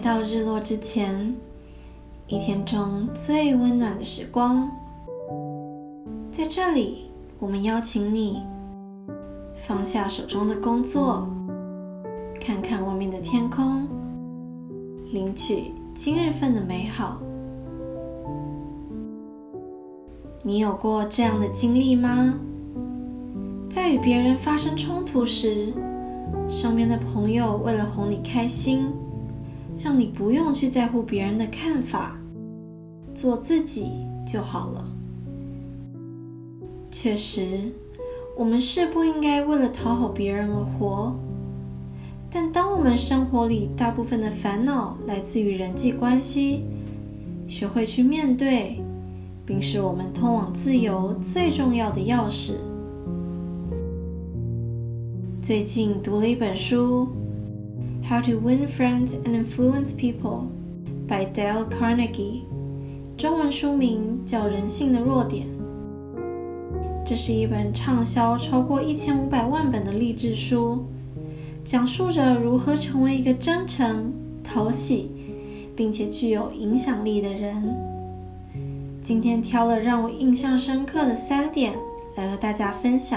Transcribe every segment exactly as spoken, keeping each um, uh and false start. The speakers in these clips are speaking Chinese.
到日落之前，一天中最温暖的时光。在这里，我们邀请你放下手中的工作，看看外面的天空，领取今日份的美好。你有过这样的经历吗？在与别人发生冲突时，身边的朋友为了哄你开心，让你不用去在乎别人的看法，做自己就好了。确实，我们是不应该为了讨好别人而活，但当我们生活里大部分的烦恼来自于人际关系，学会去面对，并是我们通往自由最重要的钥匙。最近读了一本书《How to Win Friends and Influence People》by Dale Carnegie， 中文书名叫《人性的弱点》。这是一本畅销超过一千五百万本的励志书，讲述着如何成为一个真诚、讨喜，并且具有影响力的人。今天挑了让我印象深刻的三点来和大家分享。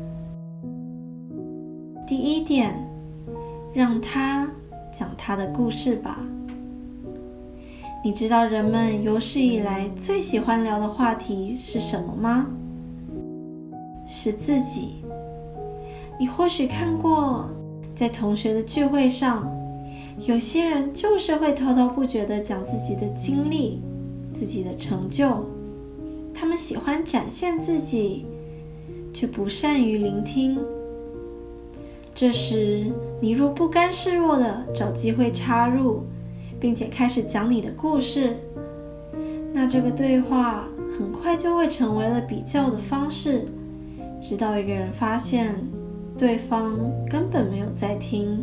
第一点，让他讲他的故事吧。你知道人们有史以来最喜欢聊的话题是什么吗？是自己。你或许看过，在同学的聚会上，有些人就是会滔滔不绝地讲自己的经历、自己的成就，他们喜欢展现自己，却不善于聆听。这时，你若不甘示弱地找机会插入，并且开始讲你的故事，那这个对话很快就会成为了比较的方式，直到一个人发现对方根本没有在听。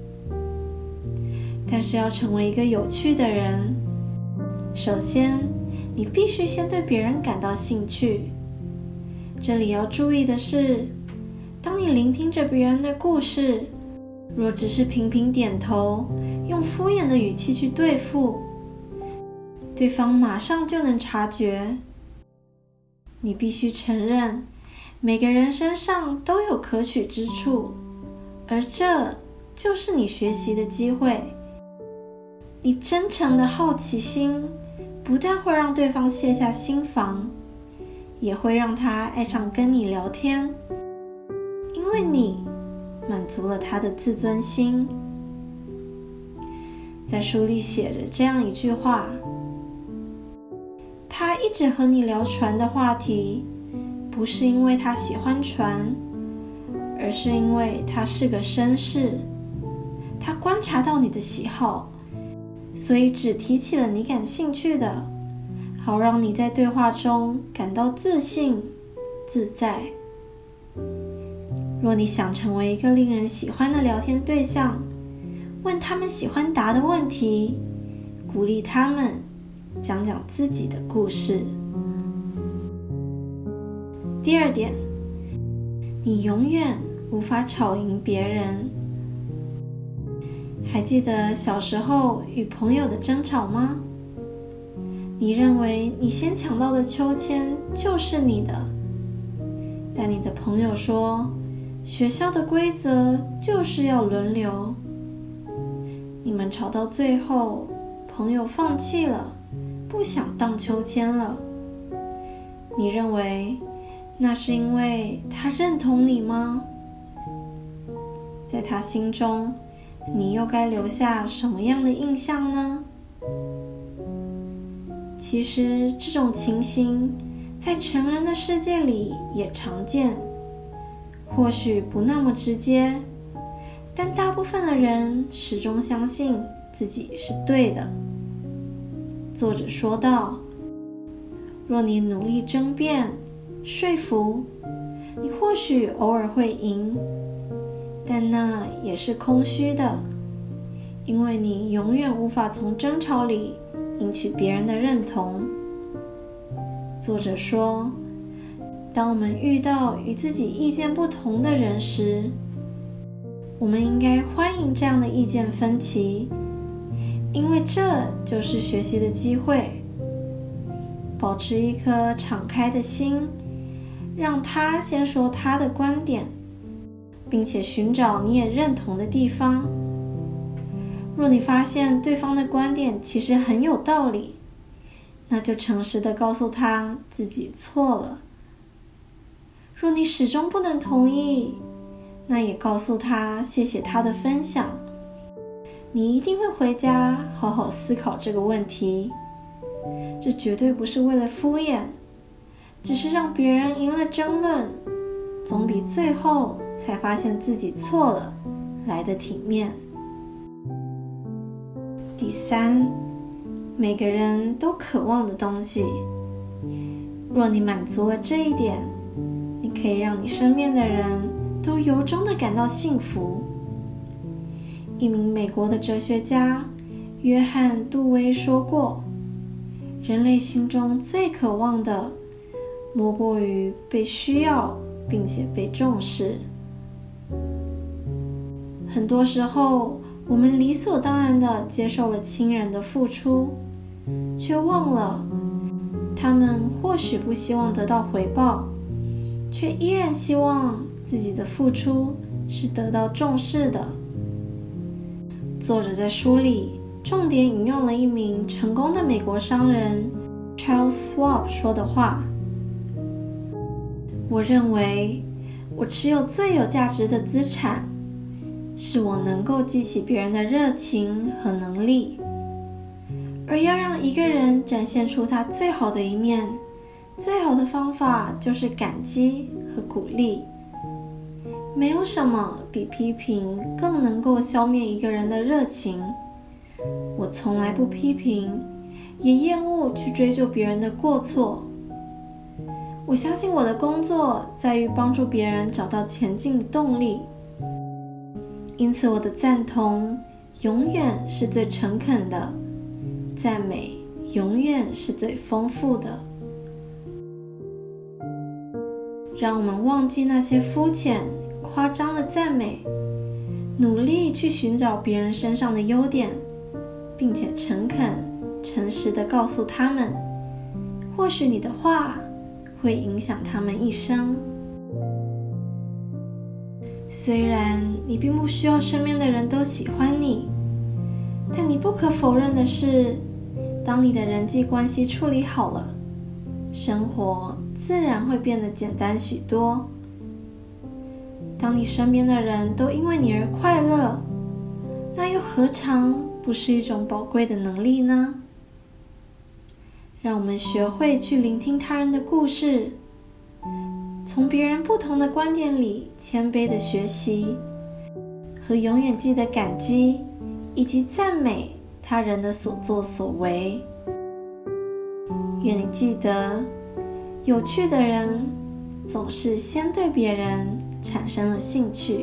但是要成为一个有趣的人，首先你必须先对别人感到兴趣。这里要注意的是，当你聆听着别人的故事，若只是频频点头，用敷衍的语气去对付，对方马上就能察觉。你必须承认，每个人身上都有可取之处，而这就是你学习的机会。你真诚的好奇心，不但会让对方卸下心防，也会让他爱上跟你聊天，因为你满足了他的自尊心。在书里写着这样一句话：他一直和你聊船的话题，不是因为他喜欢船，而是因为他是个绅士。他观察到你的喜好，所以只提起了你感兴趣的，好让你在对话中感到自信、自在。若你想成为一个令人喜欢的聊天对象，问他们喜欢答的问题，鼓励他们讲讲自己的故事。第二点，你永远无法吵赢别人。还记得小时候与朋友的争吵吗？你认为你先抢到的秋千就是你的，但你的朋友说，学校的规则就是要轮流。你们吵到最后，朋友放弃了，不想荡秋千了。你认为那是因为他认同你吗？在他心中，你又该留下什么样的印象呢？其实这种情形在成人的世界里也常见，或许不那么直接，但大部分的人始终相信自己是对的。作者说道，若你努力争辩、说服，你或许偶尔会赢，但那也是空虚的，因为你永远无法从争吵里赢取别人的认同。作者说，当我们遇到与自己意见不同的人时，我们应该欢迎这样的意见分歧， 因为这就是学习的机会。保持一颗敞开的心，让他先说他的观点，并且寻找你也认同的地方。若你发现对方的观点其实很有道理，那就诚实地告诉他自己错了。若你始终不能同意，那也告诉他谢谢他的分享，你一定会回家好好思考这个问题。这绝对不是为了敷衍，只是让别人赢了争论，总比最后才发现自己错了来得体面。第三，每个人都渴望的东西，若你满足了这一点，你可以让你身边的人都由衷地感到幸福。一名美国的哲学家约翰·杜威说过，人类心中最渴望的莫过于被需要并且被重视。很多时候我们理所当然地接受了亲人的付出，却忘了他们或许不希望得到回报，却依然希望自己的付出是得到重视的。作者在书里重点引用了一名成功的美国商人 Charles Schwab 说的话：我认为我持有最有价值的资产，是我能够激起别人的热情和能力。而要让一个人展现出他最好的一面，最好的方法就是感激和鼓励。没有什么比批评更能够消灭一个人的热情。我从来不批评，也厌恶去追究别人的过错。我相信我的工作在于帮助别人找到前进的动力，因此我的赞同永远是最诚恳的，赞美永远是最丰富的。让我们忘记那些肤浅、夸张的赞美，努力去寻找别人身上的优点，并且诚恳、诚实地告诉他们，或许你的话会影响他们一生。虽然你并不需要身边的人都喜欢你，但你不可否认的是，当你的人际关系处理好了，生活自然会变得简单许多。当你身边的人都因为你而快乐，那又何尝不是一种宝贵的能力呢？让我们学会去聆听他人的故事，从别人不同的观点里谦卑地学习，和永远记得感激以及赞美他人的所作所为。愿你记得，有趣的人总是先对别人产生了兴趣。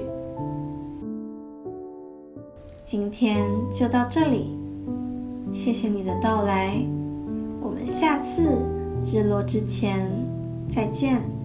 今天就到这里，谢谢你的到来，我们下次日落之前再见。